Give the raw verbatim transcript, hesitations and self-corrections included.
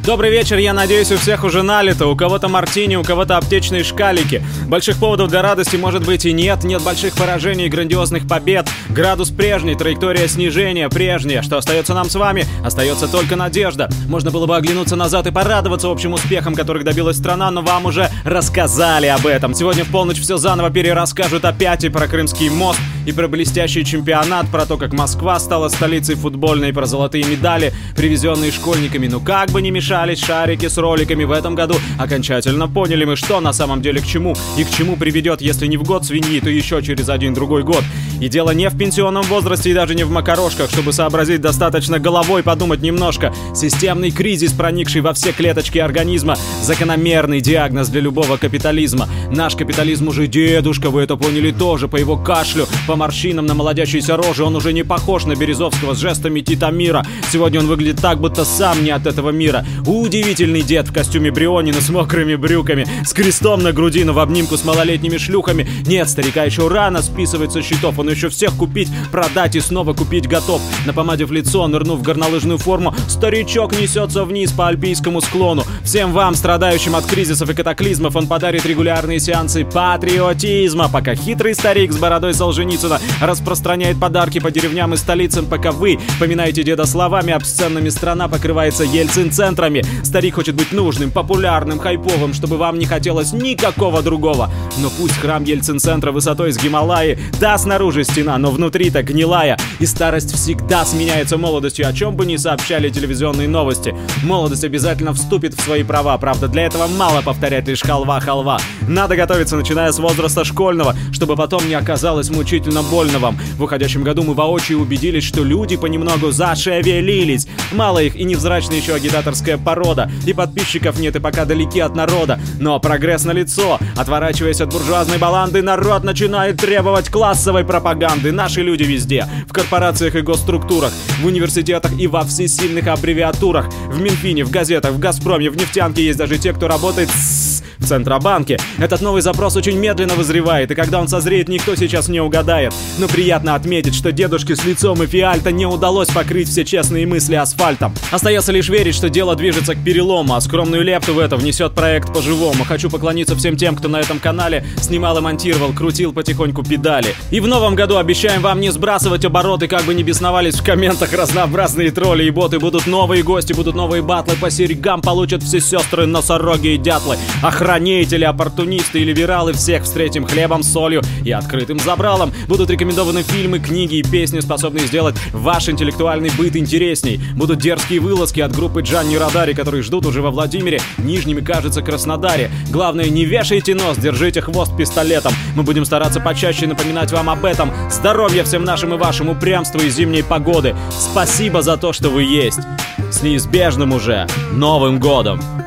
Добрый вечер, я надеюсь, у всех уже налито, у кого-то мартини, у кого-то аптечные шкалики. Больших поводов для радости может быть и нет, нет больших поражений и грандиозных побед. Градус прежний, траектория снижения прежняя. Что остается нам с вами? Остается только надежда. Можно было бы оглянуться назад и порадоваться общим успехам, которых добилась страна, но вам уже рассказали об этом. Сегодня в полночь все заново перерасскажут опять и про Крымский мост, и про блестящий чемпионат, про то, как Москва стала столицей футбольной, про золотые медали, привезенные школьниками. Ну как бы не мешались шарики с роликами в этом году, окончательно поняли мы, что на самом деле к чему и к чему приведет, если не в год свиньи, то еще через один другой год. И дело не в пенсионном возрасте и даже не в макарошках, чтобы сообразить, достаточно головой подумать немножко. Системный кризис, проникший во все клеточки организма, закономерный диагноз для любого капитализма. Наш капитализм уже дедушка, вы это поняли тоже, по его кашлю, по морщинам на молодящейся роже. Он уже не похож на Березовского с жестами Титамира. Сегодня он выглядит так, будто сам не от этого мира. Удивительный дед в костюме Брионина с мокрыми брюками, с крестом на груди, но в обнимку с малолетними шлюхами. Нет, старика еще рано списывать со счетов. Он еще всех купить, продать и снова купить готов. Напомадив лицо, нырнув в горнолыжную форму, старичок несется вниз по альпийскому склону. Всем вам, страдающим от кризисов и катаклизмов, он подарит регулярные сеансы патриотизма, пока хитрый старик с бородой Солженицына распространяет подарки по деревням и столицам, пока вы поминаете деда словами обсценными, страна покрывается Ельцин-центрами. Старик хочет быть нужным, популярным, хайповым, чтобы вам не хотелось никакого другого. Но пусть храм Ельцин-центра высотой с Гималаи, да, снаружи стена, но внутри-то гнилая. И старость всегда сменяется молодостью, о чем бы ни сообщали телевизионные новости. Молодость обязательно вступит в свои права, правда, для этого мало повторять лишь халва-халва. Надо готовиться, начиная с возраста школьного, чтобы потом не оказалось мучительно больно вам. В уходящем году мы воочию убедились, что люди понемногу зашевелились. Мало их и невзрачная еще агитаторская порода, и подписчиков нет, и пока далеки от народа. Но прогресс налицо. Отворачиваясь от буржуазной баланды, народ начинает требовать классовой пропаганды. Наши люди везде. В корпорациях и госструктурах, в университетах и во всесильных аббревиатурах. В Минфине, в газетах, в Газпроме, в нефтянке есть даже те, кто работает с... в Центробанке. Этот новый запрос очень медленно вызревает, и когда он созреет, никто сейчас не угадает. Но приятно отметить, что дедушке с лицом и фиальто не удалось покрыть все честные мысли асфальтом. Остается лишь верить, что дело движется к перелому, а скромную лепту в это внесет проект по-живому. Хочу поклониться всем тем, кто на этом канале снимал и монтировал, крутил потихоньку педали. И в новом году обещаем вам не сбрасывать обороты, как бы не бесновались в комментах разнообразные тролли и боты. Будут новые гости, будут новые батлы, по серьгам получат все сестры, носороги и дятлы. Охранители, оппортунисты и либералы, всех встретим хлебом, солью и открытым забралом. Будут рекомендованы фильмы, книги и песни, способные сделать ваш интеллектуальный быт интересней. Будут дерзкие вылазки от группы Джанни Радари, которые ждут уже во Владимире, Нижнем и, кажется, Краснодаре. Главное, не вешайте нос, держите хвост пистолетом. Мы будем стараться почаще напоминать вам об этом. Здоровья всем нашим и вашим, упрямства и зимней погоды. Спасибо за то, что вы есть. С неизбежным уже Новым годом!